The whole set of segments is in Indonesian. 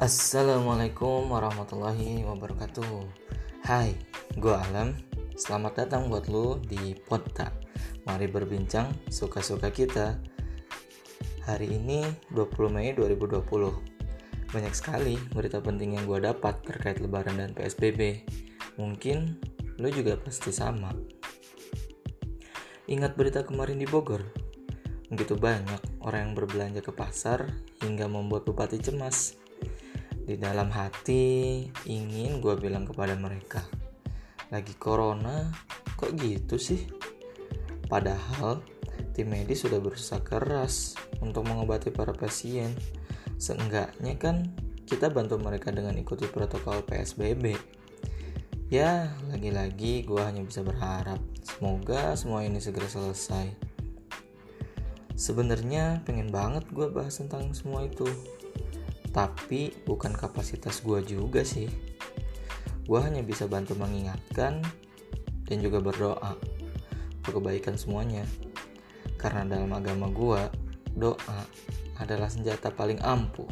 Assalamualaikum warahmatullahi wabarakatuh. Hai, gue Alam. Selamat datang buat lo di Podta. Mari berbincang suka-suka kita. Hari ini 20 Mei 2020. Banyak sekali berita penting yang gue dapat terkait Lebaran dan PSBB. Mungkin lo juga pasti sama. Ingat berita kemarin di Bogor? Begitu banyak orang yang berbelanja ke pasar hingga membuat bupati cemas. Di dalam hati ingin gue bilang kepada mereka, lagi corona kok gitu sih? Padahal tim medis sudah berusaha keras untuk mengobati para pasien. Seenggaknya kan kita bantu mereka dengan ikuti protokol PSBB. Ya, lagi-lagi gue hanya bisa berharap semoga semua ini segera selesai. Sebenarnya pengen banget gue bahas tentang semua itu, tapi bukan kapasitas gue juga sih. Gue hanya bisa bantu mengingatkan dan juga berdoa untuk kebaikan semuanya. Karena dalam agama gue, doa adalah senjata paling ampuh.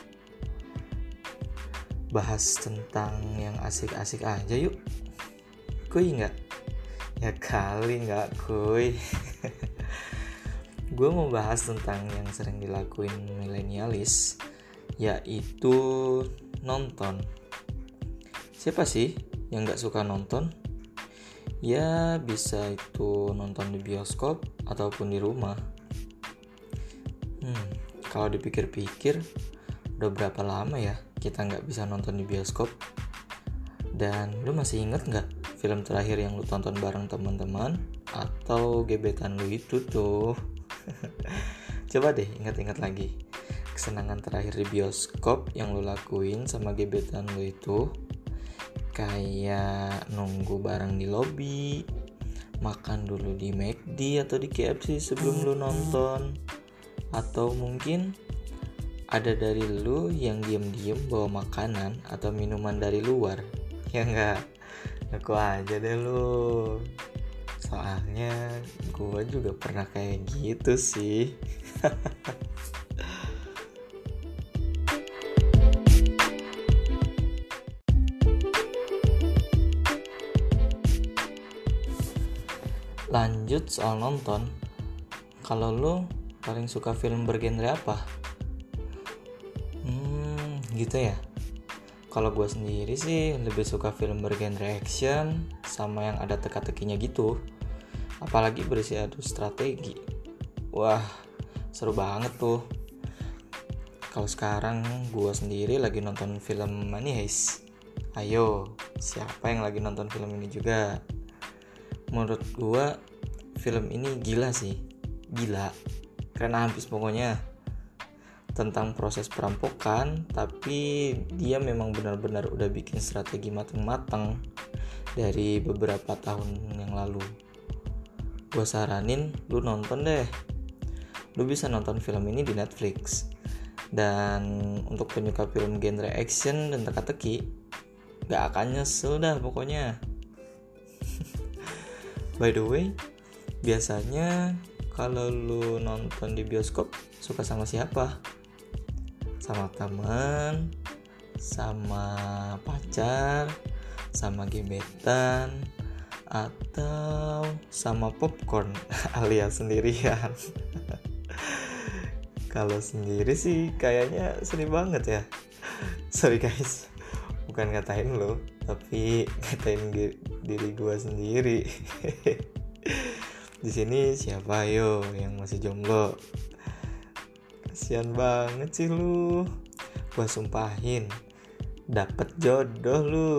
Bahas tentang yang asik-asik aja yuk. Kuy gak? Ya kali gak kuy. Gue mau bahas tentang yang sering dilakuin milenialis, yaitu nonton. Siapa sih yang gak suka nonton? Ya bisa itu nonton di bioskop ataupun di rumah. Kalau dipikir-pikir, udah berapa lama ya kita gak bisa nonton di bioskop? Dan lu masih inget gak film terakhir yang lu tonton bareng teman-teman atau gebetan lu itu tuh? Coba deh ingat-ingat lagi kesenangan terakhir di bioskop yang lo lakuin sama gebetan lo itu. Kayak nunggu bareng di lobi, makan dulu di McD atau di KFC sebelum lo nonton, atau mungkin ada dari lo yang diem-diem bawa makanan atau minuman dari luar. Ya enggak? Aku aja deh lo. Soalnya gue juga pernah kayak gitu sih. Lanjut soal nonton. Kalau lo paling suka film bergenre apa? Gitu ya. Kalau gue sendiri sih lebih suka film bergenre action sama yang ada teka-tekinya gitu. Apalagi berisi adu strategi. Wah, seru banget tuh. Kalau sekarang gue sendiri lagi nonton film Money Heist. Ayo, siapa yang lagi nonton film ini juga? Menurut gue film ini gila sih. Gila, keren habis pokoknya. Tentang proses perampokan, tapi dia memang benar-benar udah bikin strategi mateng-mateng dari beberapa tahun yang lalu. Gue saranin lu nonton deh. Lu bisa nonton film ini di Netflix. Dan untuk penyuka film genre action dan teka-teki, gak akan nyesel dah pokoknya. By the way, biasanya kalau lu nonton di bioskop suka sama siapa? Sama teman, sama pacar, sama gebetan, atau sama popcorn alias sendirian. Kalau sendiri sih kayaknya sedih banget ya. Sorry guys, bukan ngatain lo, tapi ngatain diri gue sendiri. Di sini siapa yo yang masih jomblo? Kasian banget sih lu. Gua sumpahin, dapet jodoh lu.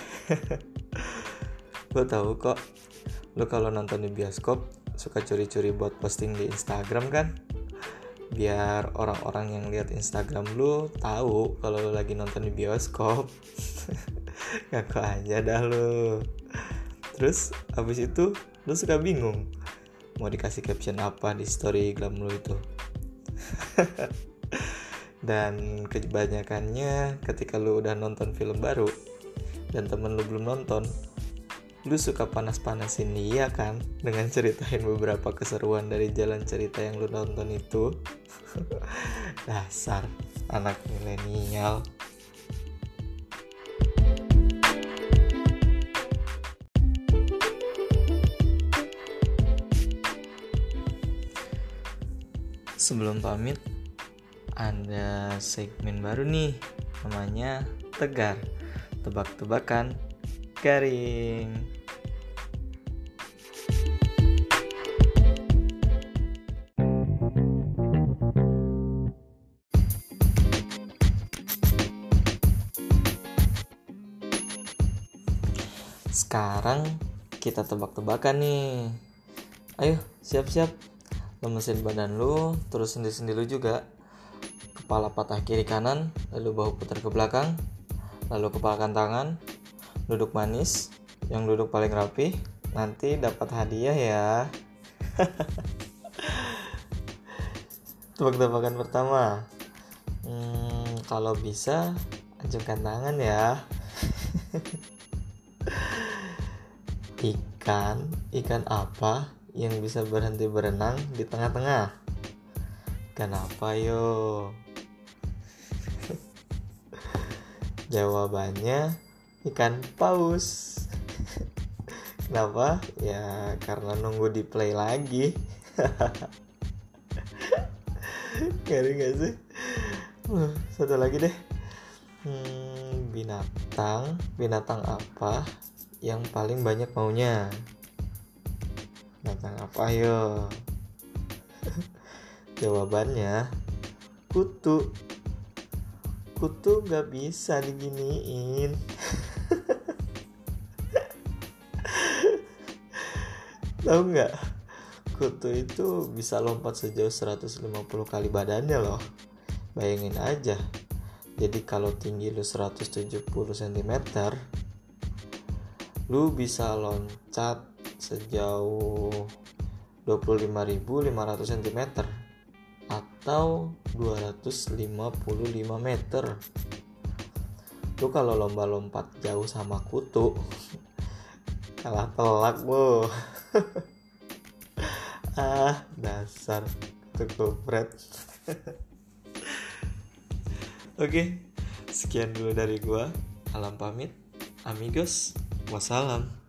Gua tahu kok, lu kalau nonton di bioskop suka curi-curi buat posting di Instagram kan? Biar orang-orang yang lihat Instagram lu tahu kalau lu lagi nonton di bioskop. Ngaku aja dah lu. Terus abis itu lu suka bingung mau dikasih caption apa di story gram lu itu. Dan kebanyakannya ketika lu udah nonton film baru dan temen lu belum nonton, lu suka panas-panasin dia kan dengan ceritain beberapa keseruan dari jalan cerita yang lu nonton itu. Dasar anak milenial. Sebelum pamit, ada segmen baru nih, namanya Tegar, tebak-tebakan garing. Sekarang kita tebak-tebakan nih. Ayo, siap-siap. Lemesin badan lu, terus sendi-sendi lu juga. Kepala patah kiri kanan, lalu bahu putar ke belakang, lalu kepalkan tangan. Duduk manis, yang duduk paling rapi nanti dapat hadiah ya. Tebak-tebakan pertama. Kalau bisa ajungkan tangan ya. Ikan apa yang bisa berhenti berenang di tengah-tengah? Ikan apa yo? Jawabannya ikan paus. Kenapa? Ya karena nunggu di play lagi. Garing gak sih? Satu lagi deh. Binatang apa yang paling banyak maunya? Binatang apa yo? Jawabannya kutu. Kutu gak bisa diginiin. Tahu gak? Kutu itu bisa lompat sejauh 150 kali badannya loh. Bayangin aja. Jadi kalau tinggi lu 170 cm, lu bisa loncat sejauh 25.500 cm atau 255 meter. Lu kalau lomba lompat jauh sama kutu kalah telak, Bu. Dasar kupret. Oke, sekian dulu dari gua. Alam pamit, amigos. Wassalam.